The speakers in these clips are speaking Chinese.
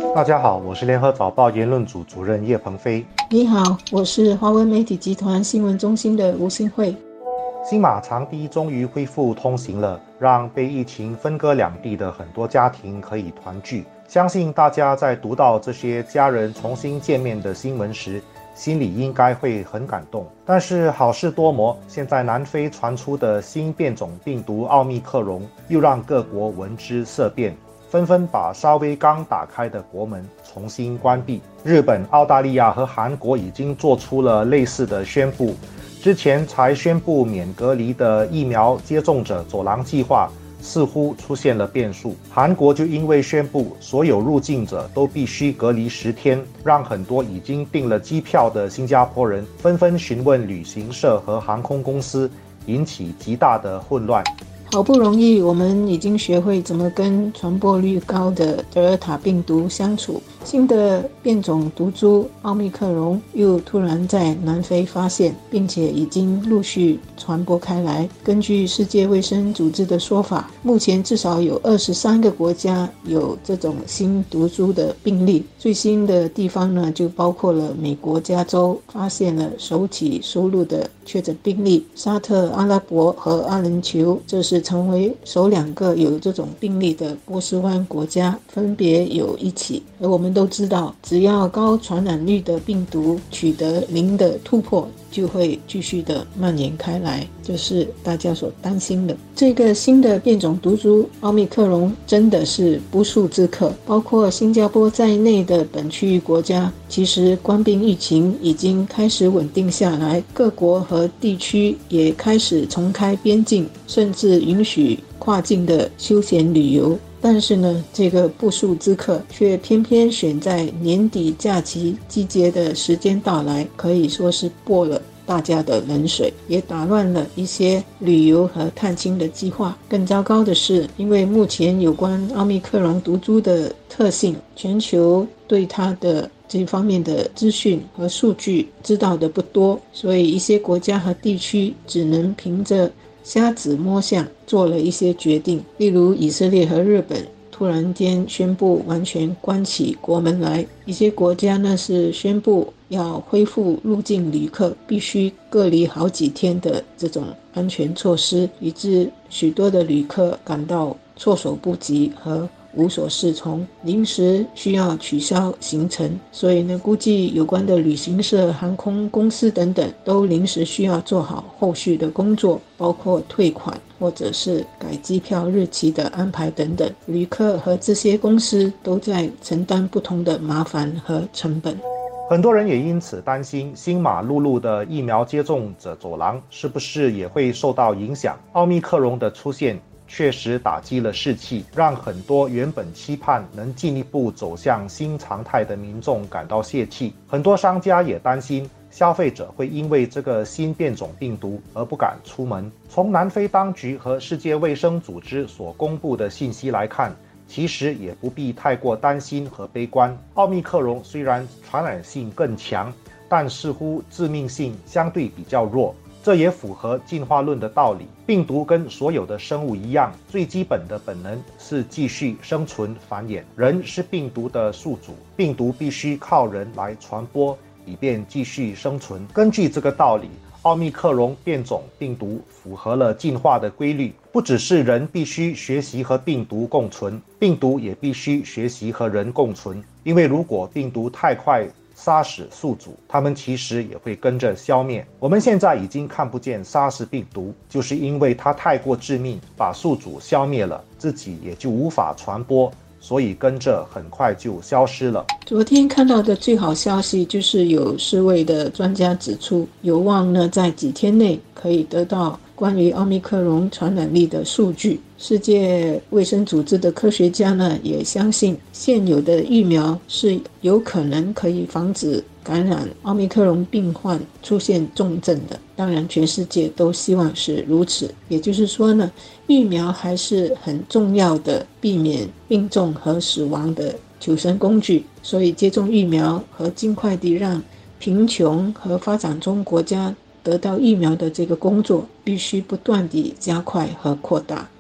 大家好，我是联合早报言论组主任叶鹏飞。 你好，我是华文媒体集团新闻中心的吴新慧。 新马长堤终于恢复通行了，让被疫情分割两地的很多家庭可以团聚。相信大家在读到这些家人重新见面的新闻时，心里应该会很感动。但是好事多磨，现在南非传出的新变种病毒奥密克戎，又让各国闻之色变，纷纷把稍微刚打开的国门重新关闭。日本、澳大利亚和韩国已经做出了类似的宣布。之前才宣布免隔离的疫苗接种者走廊计划似乎出现了变数。韩国就因为宣布所有入境者都必须隔离10天，让很多已经订了机票的新加坡人纷纷询问旅行社和航空公司，引起极大的混乱。 好不容易我们已经学会怎么跟传播率高的德尔塔病毒相处，新的变种毒株奥密克戎又突然在南非发现，并且已经陆续传播开来。根据世界卫生组织的说法，目前至少有23个国家有这种新毒株的病例。最新的地方呢，就包括了美国加州发现了首起输入的确诊病例，沙特阿拉伯和阿联酋这是成为首2个有这种病例的波斯湾国家，分别有1起。而我们都知道，只要高传染率的病毒取得0的突破，就会继续的蔓延开来，就是大家所担心的。这个新的变种毒株奥密克戎真的是不速之客，包括新加坡在内的本区域国家，其实官兵疫情已经开始稳定下来，各国和地区也开始重开边境，甚至允许跨境的休闲旅游。但是呢，这个不速之客却偏偏选在年底假期季节的时间到来，可以说是泼了大家的冷水，也打乱了一些旅游和探亲的计划。更糟糕的是，因为目前有关奥密克戎毒株的特性，全球对它的这方面的资讯和数据知道的不多，所以一些国家和地区只能凭着瞎子摸象做了一些决定。例如以色列和日本突然间宣布完全关起国门来，一些国家呢是宣布要恢复入境旅客必须隔离好几天的这种安全措施，以致许多的旅客感到措手不及和无所适从，临时需要取消行程。所以呢，估计有关的旅行社、航空公司等等都临时需要做好后续的工作，包括退款或者是改机票日期的安排等等。旅客和这些公司都在承担不同的麻烦和成本。 很多人也因此担心新马陆路的疫苗接种者走廊是不是也会受到影响。奥密克戎的出现确实打击了士气，让很多原本期盼能进一步走向新常态的民众感到泄气。很多商家也担心消费者会因为这个新变种病毒而不敢出门。从南非当局和世界卫生组织所公布的信息来看，其实也不必太过担心和悲观。奥密克戎虽然传染性更强，但似乎致命性相对比较弱。这也符合进化论的道理，病毒跟所有的生物一样，最基本的本能是继续生存繁衍。人是病毒的宿主，病毒必须靠人来传播，以便继续生存。根据这个道理，奥密克戎变种病毒符合了进化的规律，不只是人必须学习和病毒共存，病毒也必须学习和人共存。因为如果病毒太快杀死宿主，它们其实也会跟着消灭。我们现在已经看不见SARS病毒，就是因为它太过致命，把宿主消灭了，自己也就无法传播，所以跟着很快就消失了。 昨天看到的最好消息就是有世卫的专家指出，有望呢在几天内可以得到关于奥密克戎传染力的数据。世界卫生组织的科学家呢也相信现有的疫苗是有可能可以防止感染奥密克戎病患出现重症的。当然全世界都希望是如此，也就是说呢，疫苗还是很重要的避免病重和死亡的求生工具。所以接种疫苗和尽快地让贫穷和发展中国家得到疫苗的这个工作必须不断地加快和扩大。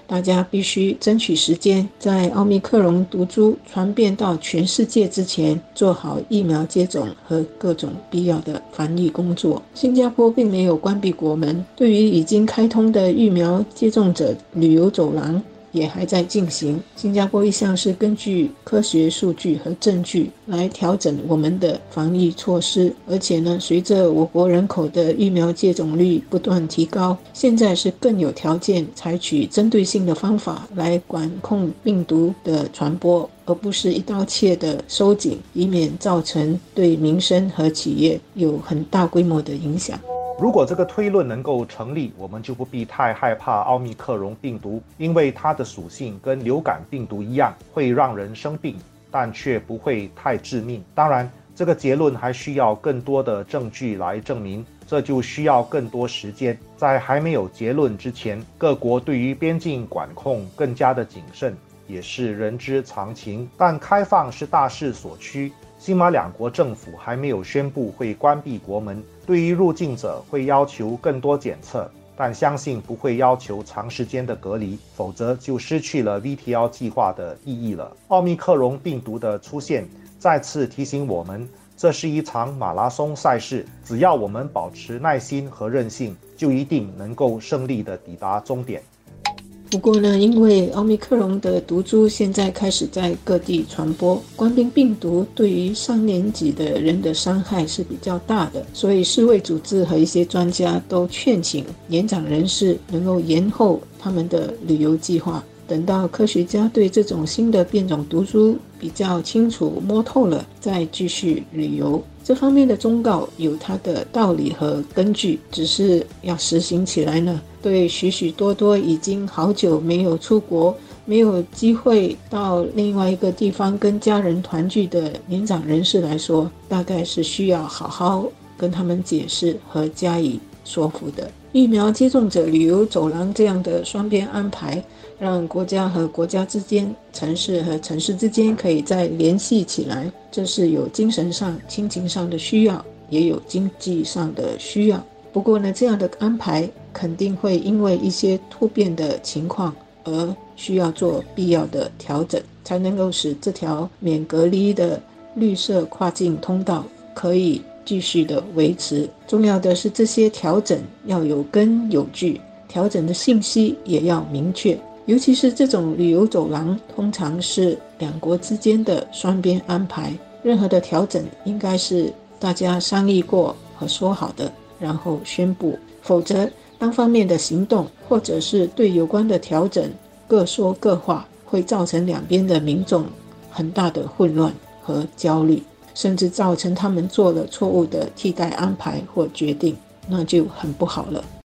大家必须争取时间，在奥密克戎毒株传遍到全世界之前，做好疫苗接种和各种必要的防疫工作。新加坡并没有关闭国门，对于已经开通的疫苗接种者旅游走廊也还在进行。新加坡一向是根据科学数据和证据来调整我们的防疫措施，而且呢，随着我国人口的疫苗接种率不断提高，现在是更有条件采取针对性的方法来管控病毒的传播，而不是一刀切的收紧，以免造成对民生和企业有很大规模的影响。 如果这个推论能够成立，我们就不必太害怕奥密克戎病毒，因为它的属性跟流感病毒一样，会让人生病，但却不会太致命。当然，这个结论还需要更多的证据来证明，这就需要更多时间。在还没有结论之前，各国对于边境管控更加的谨慎，也是人之常情。但开放是大势所趋，新马两国政府还没有宣布会关闭国门，对于入境者会要求更多检测，但相信不会要求长时间的隔离，否则就失去了 VTL 计划的意义了。奥密克戎病毒的出现再次提醒我们，这是一场马拉松赛事，只要我们保持耐心和韧性，就一定能够胜利地抵达终点。 不过呢，因为奥密克戎的毒株现在开始在各地传播，冠病病毒对于上年纪的人的伤害是比较大的，所以世卫组织和一些专家都劝请年长人士能够延后他们的旅游计划，等到科学家对这种新的变种毒株比较清楚摸透了，再继续旅游。这方面的忠告有它的道理和根据，只是要实行起来呢，对许许多多已经好久没有出国，没有机会到另外一个地方跟家人团聚的年长人士来说，大概是需要好好跟他们解释和加以说服的。疫苗接种者旅游走廊这样的双边安排，让国家和国家之间、城市和城市之间可以再联系起来，这是有精神上、亲情上的需要，也有经济上的需要。不过呢，这样的安排肯定会因为一些突变的情况而需要做必要的调整，才能够使这条免隔离的绿色跨境通道可以继续的维持。重要的是，这些调整要有根有据，调整的信息也要明确。尤其是这种旅游走廊通常是两国之间的双边安排，任何的调整应该是大家商议过和说好的，然后宣布，否则单方面的行动或者是对有关的调整各说各话，会造成两边的民众很大的混乱和焦虑，甚至造成他们做了错误的替代安排或决定，那就很不好了。